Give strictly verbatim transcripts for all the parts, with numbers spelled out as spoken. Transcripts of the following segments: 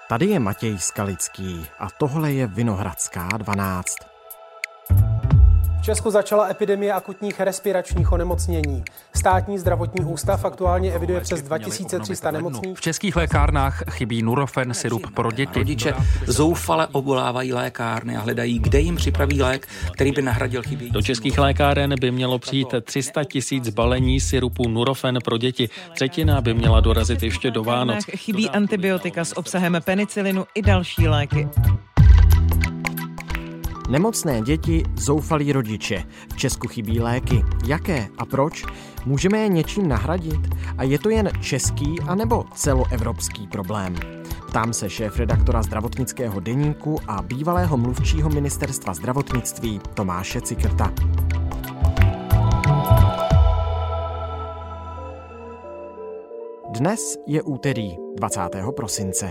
Tady je Matěj Skalický a tohle je Vinohradská dvanáct. V Česku začala epidemie akutních respiračních onemocnění. Státní zdravotní ústav aktuálně eviduje přes dva tisíce tři sta nemocných. V českých lékárnách chybí Nurofen sirup pro děti. Rodiče zoufale obvolávají lékárny a hledají, kde jim připraví lék, který by nahradil chybějící. Do českých lékáren by mělo přijít tři sta tisíc balení sirupu Nurofen pro děti. Třetina by měla dorazit ještě do Vánoc. Chybí antibiotika s obsahem penicilinu i další léky. Nemocné děti, zoufalí rodiče. V Česku chybí léky. Jaké a proč? Můžeme je něčím nahradit? A je to jen český anebo celoevropský problém? Ptám se šéfredaktora zdravotnického deníku a bývalého mluvčího ministerstva zdravotnictví Tomáše Cikrta. Dnes je úterý dvacátého prosince.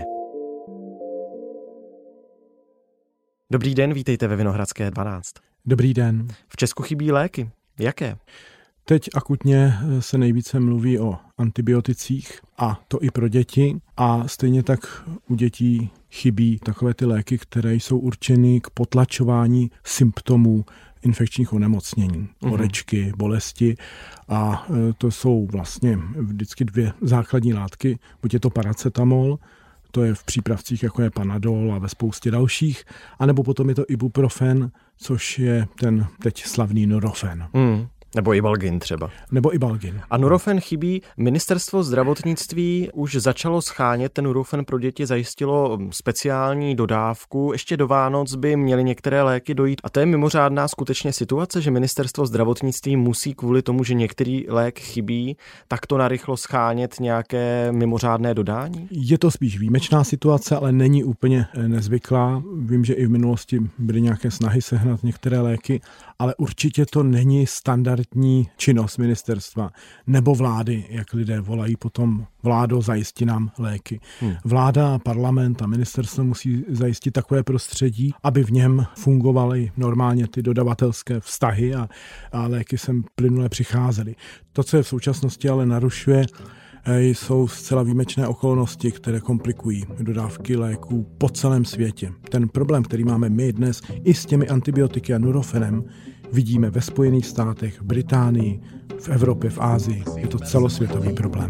Dobrý den, vítejte ve Vinohradské dvanáct. Dobrý den. V Česku chybí léky. Jaké? Teď akutně se nejvíce mluví o antibioticích, a to i pro děti. A stejně tak u dětí chybí takové ty léky, které jsou určeny k potlačování symptomů infekčních onemocnění, mm-hmm. horečky, bolesti. A to jsou vlastně vždycky dvě základní látky, buď je to paracetamol, to je v přípravcích, jako je Panadol a ve spoustě dalších, anebo potom je to Ibuprofen, což je ten teď slavný Nurofen. Hmm. Nebo Ibalgin třeba. Nebo Ibalgin. A Nurofen chybí. Ministerstvo zdravotnictví už začalo schánět ten Nurofen pro děti, zajistilo speciální dodávku. Ještě do Vánoc by měly některé léky dojít. A to je mimořádná skutečně situace, že ministerstvo zdravotnictví musí kvůli tomu, že některý lék chybí, tak to narychlo schánět nějaké mimořádné dodání? Je to spíš výjimečná situace, ale není úplně nezvyklá. Vím, že i v minulosti byly nějaké snahy sehnat některé léky, ale určitě to není standard činnost ministerstva nebo vlády, jak lidé volají potom, vládo, zajistí nám léky. Hmm. Vláda, parlament a ministerstvo musí zajistit takové prostředí, aby v něm fungovaly normálně ty dodavatelské vztahy a, a léky sem plynule přicházely. To, co je v současnosti ale narušuje, jsou zcela výjimečné okolnosti, které komplikují dodávky léků po celém světě. Ten problém, který máme my dnes i s těmi antibiotiky a Nurofenem, vidíme ve Spojených státech, v Británii, v Evropě, v Asii. Je to celosvětový problém.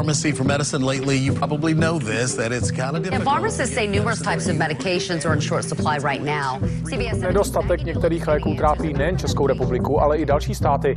Nedostatek některých léků trápí nejen Českou republiku, ale i další státy.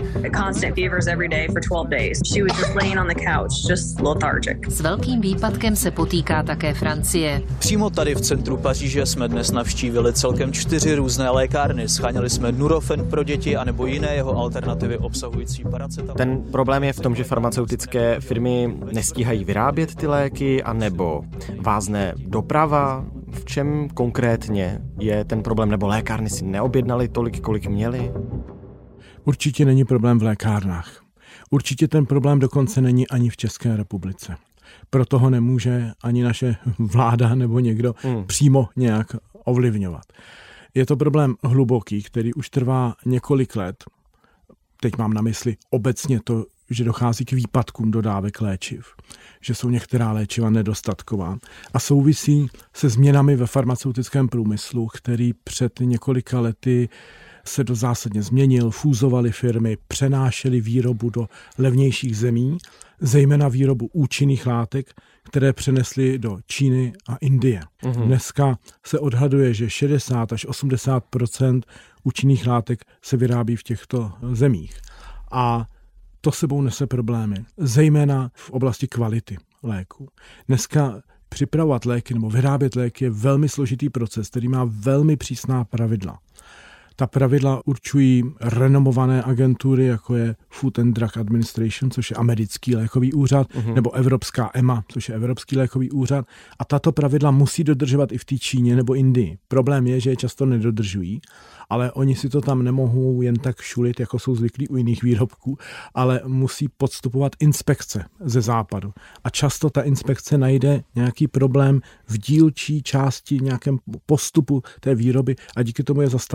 S velkým výpadkem se potýká také Francie. Přímo tady v centru Paříže jsme dnes navštívili celkem čtyři různé lékárny. Scháněli jsme Nurofen pro děti anebo jiné jeho alternativy obsahující paracetamol. Ten problém je v tom, že farmaceutické firmy nestíhají vyrábět ty léky, anebo vázne doprava. V čem konkrétně je ten problém, nebo lékárny si neobjednaly tolik, kolik měly? Určitě není problém v lékárnách. Určitě ten problém dokonce není ani v České republice. Proto ho nemůže ani naše vláda nebo někdo hmm. přímo nějak ovlivňovat. Je to problém hluboký, který už trvá několik let. Teď mám na mysli obecně to, že dochází k výpadkům dodávek léčiv, že jsou některá léčiva nedostatková a souvisí se změnami ve farmaceutickém průmyslu, který před několika lety se do zásadně změnil, fúzovaly firmy, přenášely výrobu do levnějších zemí, zejména výrobu účinných látek, které přenesly do Číny a Indie. Uhum. Dneska se odhaduje, že šedesát až osmdesát procent účinných látek se vyrábí v těchto zemích. A to sebou nese problémy, zejména v oblasti kvality léků. Dneska připravovat léky nebo vyrábět léky je velmi složitý proces, který má velmi přísná pravidla. Ta pravidla určují renomované agentury, jako je Food and Drug Administration, což je americký lékový úřad, uhum. nebo Evropská E M A, což je Evropský lékový úřad. A tato pravidla musí dodržovat i v té Číně nebo Indii. Problém je, že je často nedodržují, ale oni si to tam nemohou jen tak šulit, jako jsou zvyklí u jiných výrobků, ale musí podstupovat inspekce ze západu. A často ta inspekce najde nějaký problém v dílčí části, nějakém postupu té výroby a díky tomu je zastaveno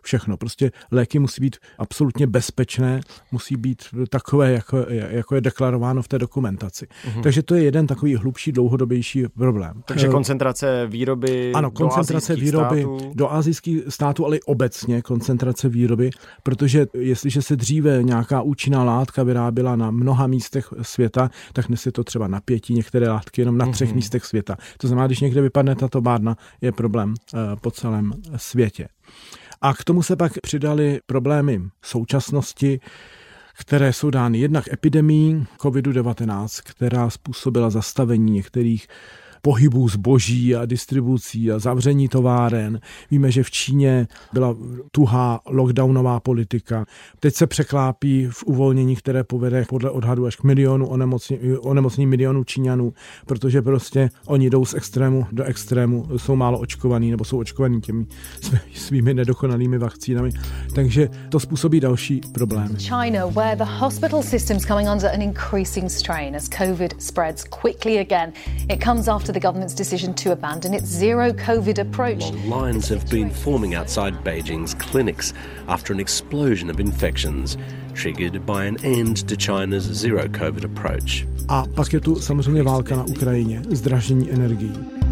všechno. Prostě léky musí být absolutně bezpečné, musí být takové, jako, jako je deklarováno v té dokumentaci. Uh-huh. Takže to je jeden takový hlubší, dlouhodobější problém. Takže koncentrace výroby ano, koncentrace do výroby států. do asijských států, ale i obecně koncentrace výroby, protože jestliže se dříve nějaká účinná látka vyráběla na mnoha místech světa, tak dnes je to třeba na pěti, některé látky jenom na třech uh-huh. místech světa. To znamená, když někde vypadne ta továrna, je problém uh, po celém světě. A k tomu se pak přidali problémy současnosti, které jsou dány jednak epidemií kovid devatenáct, která způsobila zastavení některých pohybů zboží a distribucí a zavření továren. Víme, že v Číně byla tuhá lockdownová politika. Teď se překlápí v uvolnění, které povede podle odhadu až k milionu onemocnění, onemocnění milionů Číňanů, protože prostě oni jdou z extrému do extrému, jsou málo očkovaní nebo jsou očkovaní těmi svými nedokonalými vakcínami. Takže to způsobí další problémy. China, where the hospital system's coming under an increasing strain as COVID spreads quickly again. It comes after the government's decision to abandon its zero-COVID approach. Long lines have been forming outside Beijing's clinics after an explosion of infections, triggered by an end to China's zero-COVID approach. A pak je tu samozřejmě válka na Ukrajině, zdražení energií.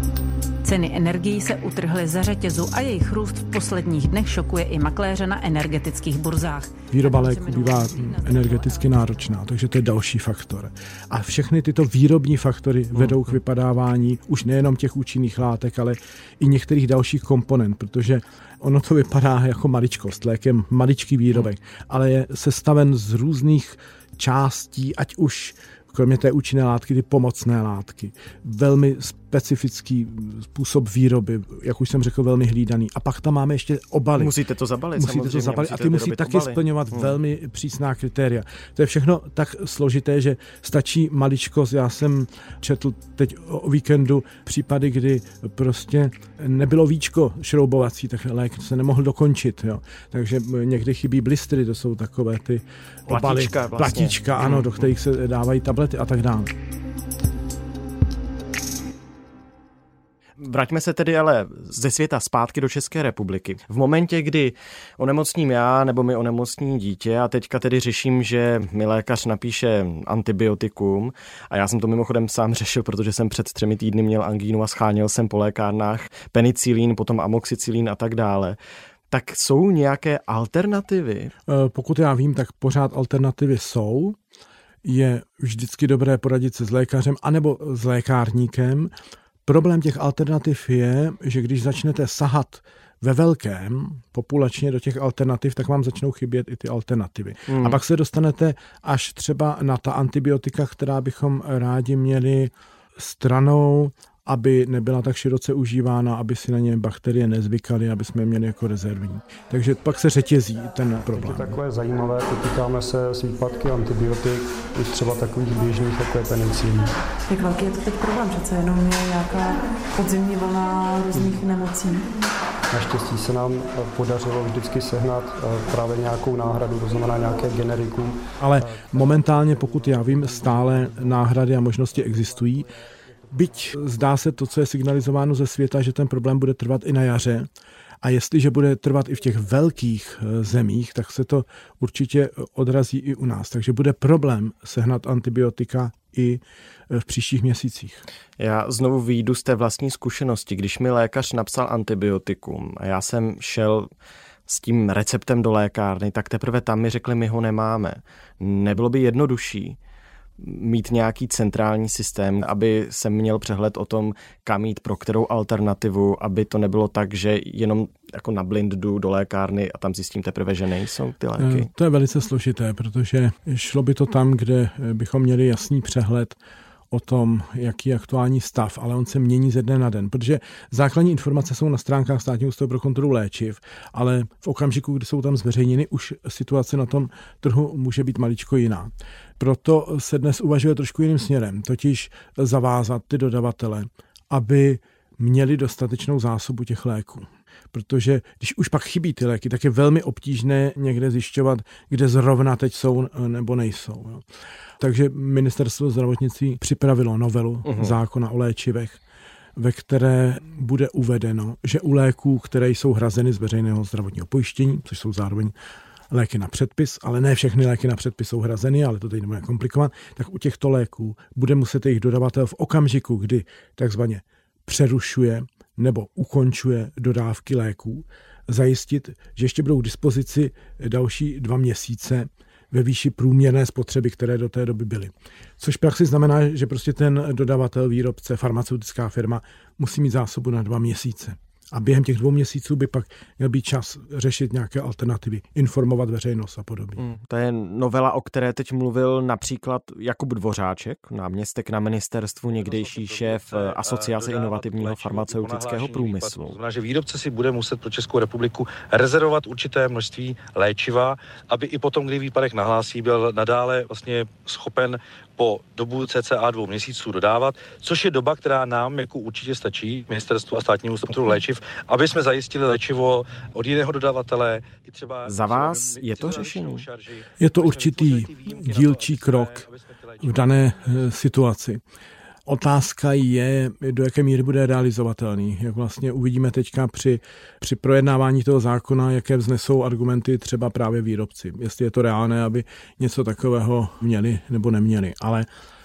Ceny energií se utrhly za řetězu a jejich růst v posledních dnech šokuje i makléře na energetických burzách. Výroba léku bývá energeticky náročná, takže to je další faktor. A všechny tyto výrobní faktory vedou k vypadávání už nejenom těch účinných látek, ale i některých dalších komponent, protože ono to vypadá jako maličkost, lék je maličký výrobek, ale je sestaven z různých částí, ať už kromě té účinné látky, ty pomocné látky. Velmi specifický způsob výroby, jak už jsem řekl, velmi hlídaný. A pak tam máme ještě obaly. Musíte to zabalit, Musíte to zabalit a ty musí taky obaly. Splňovat hmm. velmi přísná kritéria. To je všechno tak složité, že stačí maličkost. Já jsem četl teď o víkendu případy, kdy prostě nebylo víčko šroubovací, tak lék se nemohl dokončit. Jo. Takže někdy chybí blistry, to jsou takové ty obaly. Platíčka, vlastně. Platíčka, ano, hmm. do kterých se dávají tablety a tak dále. Vraťme se tedy ale ze světa zpátky do České republiky. V momentě, kdy onemocním já nebo mi onemocní dítě a teďka tedy řeším, že mi lékař napíše antibiotikum a já jsem to mimochodem sám řešil, protože jsem před třemi týdny měl angínu a scháněl jsem po lékárnách penicilín, potom amoxicilín a tak dále. Tak jsou nějaké alternativy? Pokud já vím, tak pořád alternativy jsou. Je vždycky dobré poradit se s lékařem anebo s lékárníkem. Problém těch alternativ je, že když začnete sahat ve velkém populačně do těch alternativ, tak vám začnou chybět i ty alternativy. Hmm. A pak se dostanete až třeba na ta antibiotika, která bychom rádi měli stranou, aby nebyla tak široce užívána, aby si na ně bakterie nezvykaly, aby jsme je měli jako rezervní. Takže pak se řetězí ten problém. Je takové zajímavé, potýkáme se s výpadky antibiotik, i třeba takových běžných, jako je penicilin. Jak velký je to teď problém? Přece jenom je nějaká podzimní vlna různých nemocí. Naštěstí se nám podařilo vždycky sehnat právě nějakou náhradu, to znamená nějaké generikum. Ale momentálně, pokud já vím, stále náhrady a možnosti existují. Byť zdá se to, co je signalizováno ze světa, že ten problém bude trvat i na jaře. A jestliže bude trvat i v těch velkých zemích, tak se to určitě odrazí i u nás. Takže bude problém sehnat antibiotika i v příštích měsících. Já znovu vyjdu z té vlastní zkušenosti. Když mi lékař napsal antibiotikum a já jsem šel s tím receptem do lékárny, tak teprve tam mi řekli, my ho nemáme. Nebylo by jednodušší mít nějaký centrální systém, aby jsem měl přehled o tom, kam jít, pro kterou alternativu, aby to nebylo tak, že jenom jako na blind jdu do lékárny a tam zjistím teprve, že nejsou ty léky. To je velice složité, protože šlo by to tam, kde bychom měli jasný přehled o tom, jaký je aktuální stav, ale on se mění ze dne na den, protože základní informace jsou na stránkách Státního ústavu pro kontrolu léčiv, ale v okamžiku, kdy jsou tam zveřejněny, už situace na tom trhu může být maličko jiná. Proto se dnes uvažuje trošku jiným směrem, totiž zavázat ty dodavatele, aby měli dostatečnou zásobu těch léků. Protože když už pak chybí ty léky, tak je velmi obtížné někde zjišťovat, kde zrovna teď jsou nebo nejsou. Jo. Takže ministerstvo zdravotnictví připravilo novelu uh-huh. zákona o léčivech, ve které bude uvedeno, že u léků, které jsou hrazeny z veřejného zdravotního pojištění, což jsou zároveň léky na předpis, ale ne všechny léky na předpis jsou hrazeny, ale to teď nebude komplikovat, tak u těchto léků bude muset jejich dodavatel v okamžiku, kdy takzvaně přerušuje nebo ukončuje dodávky léků, zajistit, že ještě budou k dispozici další dva měsíce ve výši průměrné spotřeby, které do té doby byly. Což v praxi znamená, že prostě ten dodavatel, výrobce, farmaceutická firma musí mít zásobu na dva měsíce. A během těch dvou měsíců by pak měl být čas řešit nějaké alternativy, informovat veřejnost a podobně. Hmm, to je novela, o které teď mluvil například Jakub Dvořáček, náměstek na ministerstvu, někdejší šéf Asociace inovativního farmaceutického průmyslu. To znamená, že výrobce si bude muset pro Českou republiku rezervovat určité množství léčiva, aby i potom, kdy výpadek nahlásí, byl nadále vlastně schopen po dobu cca dvou měsíců dodávat, což je doba, která nám jako určitě stačí, ministerstvu a státnímu ústavu léčiv, aby jsme zajistili léčivo od jiného dodavatele. I třeba za vás je to řešení? Je to určitý dílčí krok v dané situaci. Otázka je, do jaké míry bude realizovatelný. Jak vlastně uvidíme teďka při, při projednávání toho zákona, jaké vznesou argumenty třeba právě výrobci. Jestli je to reálné, aby něco takového měli nebo neměli. Ale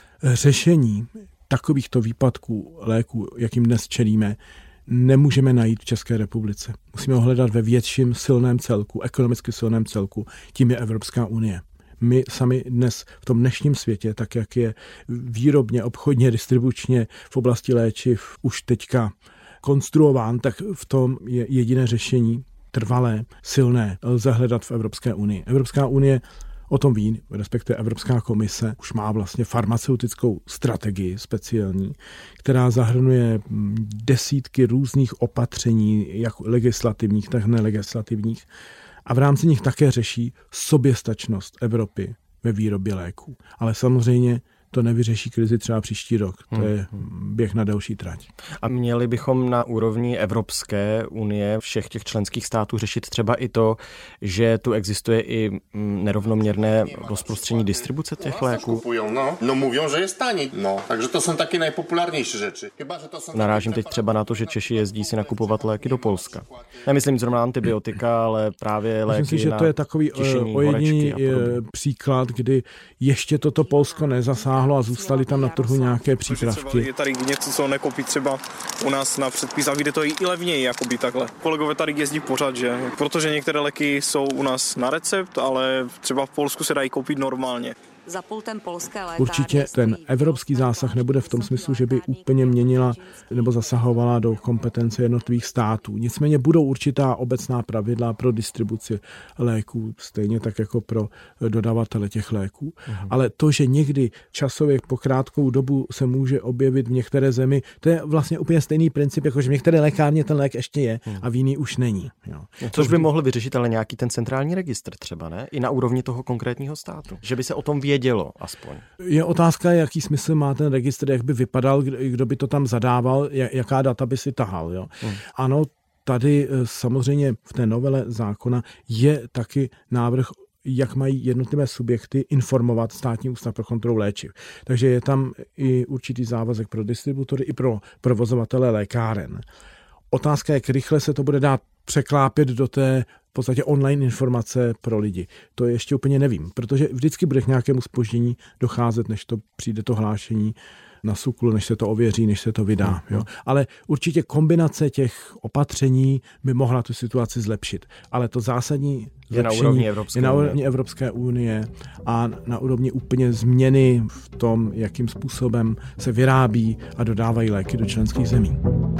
řešení takovýchto výpadků léků, jakým dnes čelíme, nemůžeme najít v České republice. Musíme ho hledat ve větším silném celku, ekonomicky silném celku, tím je Evropská unie. My sami dnes v tom dnešním světě, tak jak je výrobně, obchodně, distribučně v oblasti léčiv už teďka konstruován, tak v tom je jediné řešení trvalé, silné, lze hledat v Evropské unii. Evropská unie o tom ví, respektive Evropská komise už má vlastně farmaceutickou strategii speciální, která zahrnuje desítky různých opatření, jak legislativních, tak nelegislativních, a v rámci nich také řeší soběstačnost Evropy ve výrobě léků. Ale samozřejmě to nevyřeší krizi třeba příští rok. To je běh na delší trať. A měli bychom na úrovni Evropské unie všech těch členských států řešit třeba i to, že tu existuje i nerovnoměrné rozprostření distribuce těch léků? No, no mluví, že je taní. No, takže to jsou taky nejpopulárnější řeči. Narážím teď třeba na to, že Češi jezdí si nakupovat léky do Polska. Nemyslím zrovna antibiotika, ale právě léky. Myslím si, že to je takový ojediný příklad, kdy ještě toto Polsko nezasáhlo a zůstaly tam na trhu nějaké přípravky. Je tady něco, co nekopí třeba u nás na předpisách, kde to je i levněji, jakoby takhle. Kolegové tady jezdí pořád, že? Protože některé léky jsou u nás na recept, ale třeba v Polsku se dají koupit normálně. Za pultem polské lékárny. Určitě ten evropský zásah nebude v tom smyslu, že by úplně měnila nebo zasahovala do kompetence jednotlivých států. Nicméně budou určitá obecná pravidla pro distribuci léků, stejně tak jako pro dodavatele těch léků. Uhum. Ale to, že někdy časově po krátkou dobu se může objevit v některé zemi, to je vlastně úplně stejný princip, jako že v některé lékárně ten lék ještě je a v jiný už není. Jo. Což by mohl vyřešit ale nějaký ten centrální registr třeba, ne? I na úrovni toho konkrétního státu. Že by se o tom vědělo aspoň. Je otázka, jaký smysl má ten registr, jak by vypadal, kdo by to tam zadával, jaká data by si tahal. Jo? Hmm. Ano, tady samozřejmě v té novele zákona je taky návrh, jak mají jednotlivé subjekty informovat Státní ústav pro kontrolu léčiv. Takže je tam i určitý závazek pro distributory, i pro provozovatele lékáren. Otázka je, jak rychle se to bude dát překlápět do té v podstatě online informace pro lidi. To ještě úplně nevím, protože vždycky bude k nějakému zpoždění docházet, než to přijde to hlášení na SÚKLu, než se to ověří, než se to vydá. Jo. Ale určitě kombinace těch opatření by mohla tu situaci zlepšit. Ale to zásadní je na úrovni Evropské, je na úrovni Evropské unie a na úrovni úplně změny v tom, jakým způsobem se vyrábí a dodávají léky do členských zemí.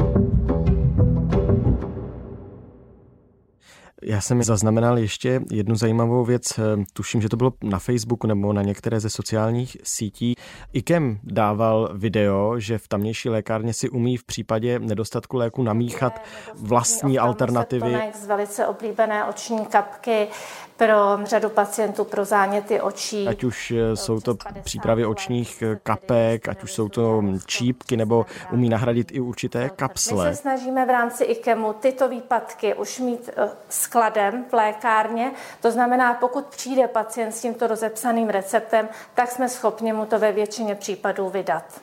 Já jsem zaznamenal ještě jednu zajímavou věc, tuším, že to bylo na Facebooku nebo na některé ze sociálních sítí. IKEM dával video, že v tamnější lékárně si umí v případě nedostatku léku namíchat vlastní alternativy. Velice oblíbené oční kapky pro řadu pacientů pro záněty očí. Ať už jsou to přípravy očních kapek, ať už jsou to čípky, nebo umí nahradit i určité kapsle. My se snažíme v rámci IKEMu tyto výpadky už mít skladem v lékárně. To znamená, pokud přijde pacient s tímto rozepsaným receptem, tak jsme schopni mu to ve většině případů vydat.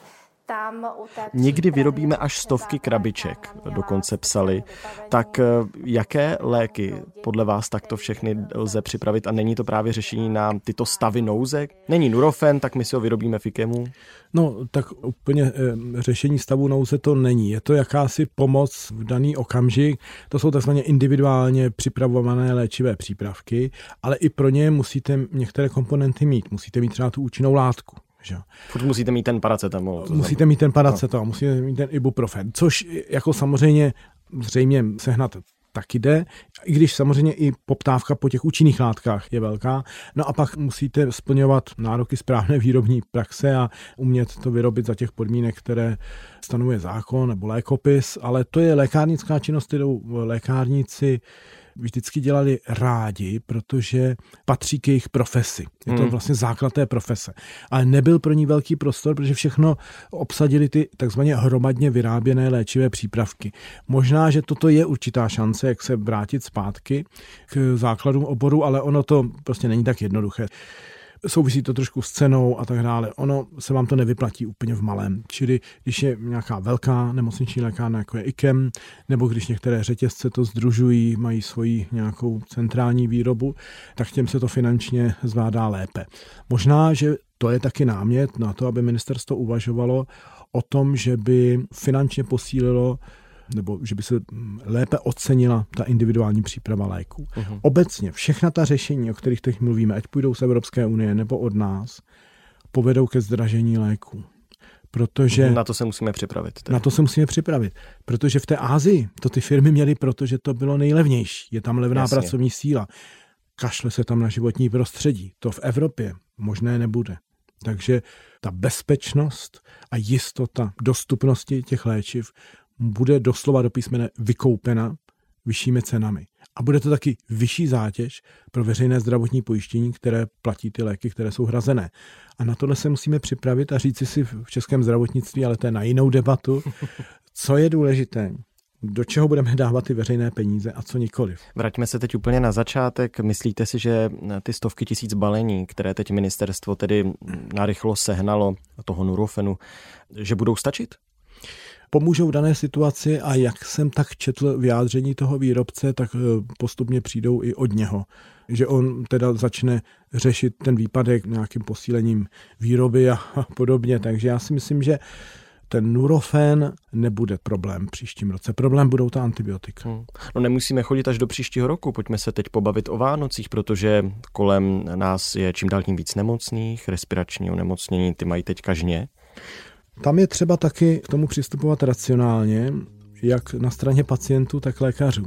tam u té Někdy vyrobíme až stovky krabiček, dokonce psali. Tak jaké léky podle vás takto všechny lze připravit a není to právě řešení na tyto stavy nouze? Není Nurofen, tak my si ho vyrobíme v IKEMu? No, tak úplně e, řešení stavu nouze to není. Je to jakási pomoc v daný okamžik. To jsou takzvaně individuálně připravované léčivé přípravky, ale i pro ně musíte některé komponenty mít. Musíte mít třeba tu účinnou látku. Že? Furt musíte mít ten paracetamol. Musíte mít ten paracetamol, no. Musíte mít ten ibuprofen, což jako samozřejmě zřejmě sehnat taky jde, i když samozřejmě i poptávka po těch účinných látkách je velká. No a pak musíte splňovat nároky správné výrobní praxe a umět to vyrobit za těch podmínek, které stanovuje zákon nebo lékopis, ale to je lékárnická činnost, kterou lékárníci vždycky dělali rádi, protože patří k jejich profesi. Je to vlastně základ té profese. Ale nebyl pro ní velký prostor, protože všechno obsadili ty takzvaně hromadně vyráběné léčivé přípravky. Možná, že toto je určitá šance, jak se vrátit zpátky k základům oboru, ale ono to prostě není tak jednoduché. Souvisí to trošku s cenou a tak dále. Ono se vám to nevyplatí úplně v malém. Čili když je nějaká velká nemocniční lékárna, jako je IKEM, nebo když některé řetězce to sdružují, mají svoji nějakou centrální výrobu, tak těm se to finančně zvládá lépe. Možná, že to je taky námět na to, aby ministerstvo uvažovalo o tom, že by finančně posílilo nebo že by se lépe ocenila ta individuální příprava léků. Uhum. Obecně všechna ta řešení, o kterých teď mluvíme, ať půjdou z Evropské unie nebo od nás, povedou ke zdražení léků. Protože na to se musíme připravit. Tedy. Na to se musíme připravit. Protože v té Asii to ty firmy měly, protože to bylo nejlevnější. Je tam levná Jasně. pracovní síla. Kašle se tam na životní prostředí. To v Evropě možné nebude. Takže ta bezpečnost a jistota dostupnosti těch léčiv bude doslova do písmene vykoupena vyššími cenami. A bude to taky vyšší zátěž pro veřejné zdravotní pojištění, které platí ty léky, které jsou hrazené. A na tohle se musíme připravit a říci si v českém zdravotnictví, ale to je na jinou debatu, co je důležité, do čeho budeme dávat ty veřejné peníze a co nikoliv. Vraťme se teď úplně na začátek. Myslíte si, že ty stovky tisíc balení, které teď ministerstvo tedy narychlo sehnalo toho Nurofenu, že budou stačit? Pomůžou v dané situaci a jak jsem tak četl vyjádření toho výrobce, tak postupně přijdou i od něho. Že on teda začne řešit ten výpadek nějakým posílením výroby a podobně. Takže já si myslím, že ten Nurofen nebude problém příštím roce. Problém budou ta antibiotika. Hmm. No nemusíme chodit až do příštího roku. Pojďme se teď pobavit o Vánocích, protože kolem nás je čím dál tím víc nemocných, respirační onemocnění, ty mají teďka žně. Tam je třeba taky k tomu přistupovat racionálně, jak na straně pacientů, tak lékařů.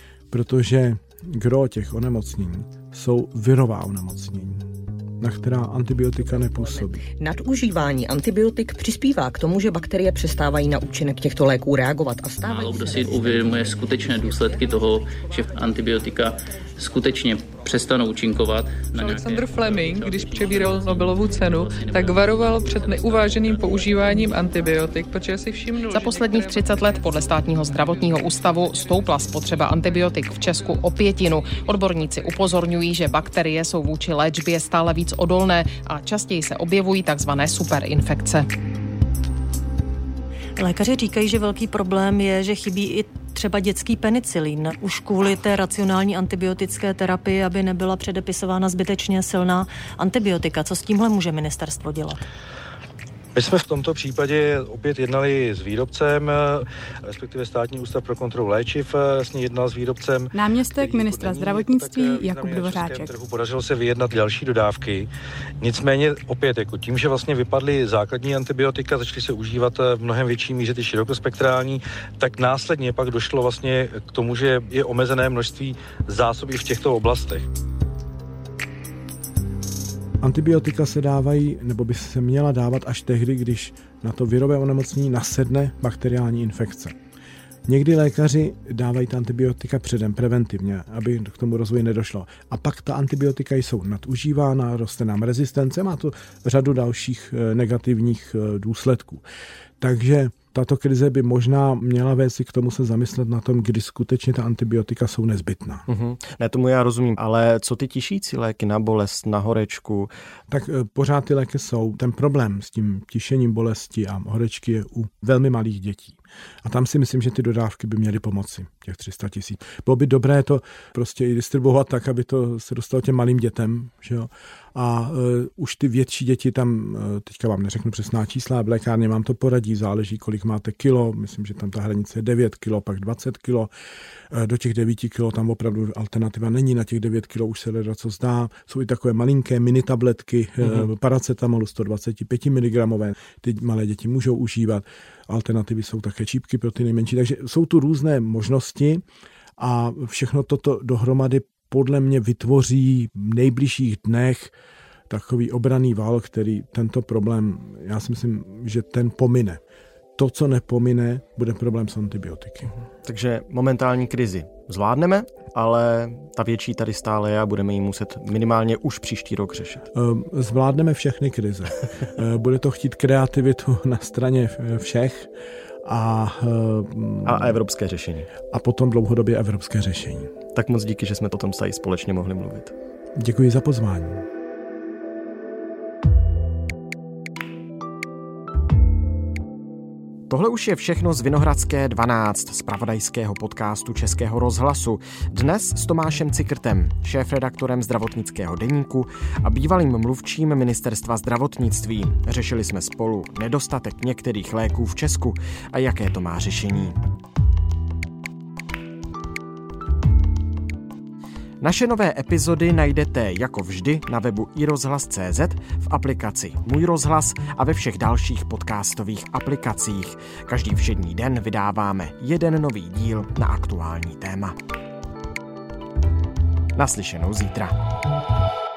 Protože gro těch onemocnění jsou virová onemocnění, na která antibiotika nepůsobí. Nadužívání antibiotik přispívá k tomu, že bakterie přestávají na účinek těchto léků reagovat a stávají. Málo kdo si uvědomuje skutečné důsledky toho, že antibiotika skutečně přestanou účinkovat. Alexander Fleming, když přebíral Nobelovu cenu, tak varoval před neuváženým používáním antibiotik, protože si všimnul... Za posledních třicet let podle Státního zdravotního ústavu stoupla spotřeba antibiotik v Česku o pětinu. Odborníci upozorňují, že bakterie jsou vůči léčbě stále víc odolné a častěji se objevují takzvané superinfekce. Lékaři říkají, že velký problém je, že chybí i třeba dětský penicilin, už kvůli té racionální antibiotické terapii, aby nebyla předepisována zbytečně silná antibiotika. Co s tímhle může ministerstvo dělat? My jsme v tomto případě opět jednali s výrobcem, respektive Státní ústav pro kontrolu léčiv vlastně jednal s výrobcem. Náměstek ministra zdravotnictví Jakub Dvořáček. Trhu podařilo se vyjednat další dodávky. Nicméně opět jako tím, že vlastně vypadly základní antibiotika, začaly se užívat v mnohem větší míře ty širokospektrální, tak následně pak došlo vlastně k tomu, že je omezené množství zásob i v těchto oblastech. Antibiotika se dávají, nebo by se měla dávat až tehdy, když na to virové onemocnění nasedne bakteriální infekce. Někdy lékaři dávají ta antibiotika předem, preventivně, aby k tomu rozvoji nedošlo. A pak ta antibiotika jsou nadužívána, roste nám rezistence, má to řadu dalších negativních důsledků. Takže tato krize by možná měla vést k tomu se zamyslet na tom, kdy skutečně ta antibiotika jsou nezbytná. Mm-hmm. Ne, tomu já rozumím, ale co ty tišící léky na bolest, na horečku? Tak pořád ty léky jsou. Ten problém s tím tišením bolesti a horečky je u velmi malých dětí. A tam si myslím, že ty dodávky by měly pomoci, těch tři sta tisíc. Bylo by dobré to prostě i distribuovat tak, aby to se dostalo těm malým dětem. Že jo? A uh, už ty větší děti tam, uh, teďka vám neřeknu přesná čísla, v lékárně vám to poradí, záleží, kolik máte kilo, myslím, že tam ta hranice je devět kilo, pak dvacet kilo. Uh, do těch devět kilo tam opravdu alternativa není, na těch devět kilo už se leda co zdá. Jsou i takové malinké mini tabletky, mm-hmm. uh, paracetamolu sto dvacet pět miligramové, ty malé děti můžou užívat. Alternativy jsou také čípky pro ty nejmenší, takže jsou tu různé možnosti a všechno toto dohromady podle mě vytvoří v nejbližších dnech takový obranný val, který tento problém, já si myslím, že ten pomine. To, co nepomine, bude problém s antibiotiky. Takže momentální krizi zvládneme, ale ta větší tady stále je a budeme ji muset minimálně už příští rok řešit. Zvládneme všechny krize. Bude to chtít kreativitu na straně všech a, a evropské řešení. A potom dlouhodobě evropské řešení. Tak moc díky, že jsme o tom tady společně mohli mluvit. Děkuji za pozvání. Tohle už je všechno z Vinohradské dvanáct, zpravodajského podcastu Českého rozhlasu. Dnes s Tomášem Cikrtem, šéfredaktorem zdravotnického deníku a bývalým mluvčím Ministerstva zdravotnictví. Řešili jsme spolu nedostatek některých léků v Česku a jaké to má řešení. Naše nové epizody najdete jako vždy na webu i rozhlas tečka cé zet, v aplikaci Můj rozhlas a ve všech dalších podcastových aplikacích. Každý všední den vydáváme jeden nový díl na aktuální téma. Naslyšenou zítra.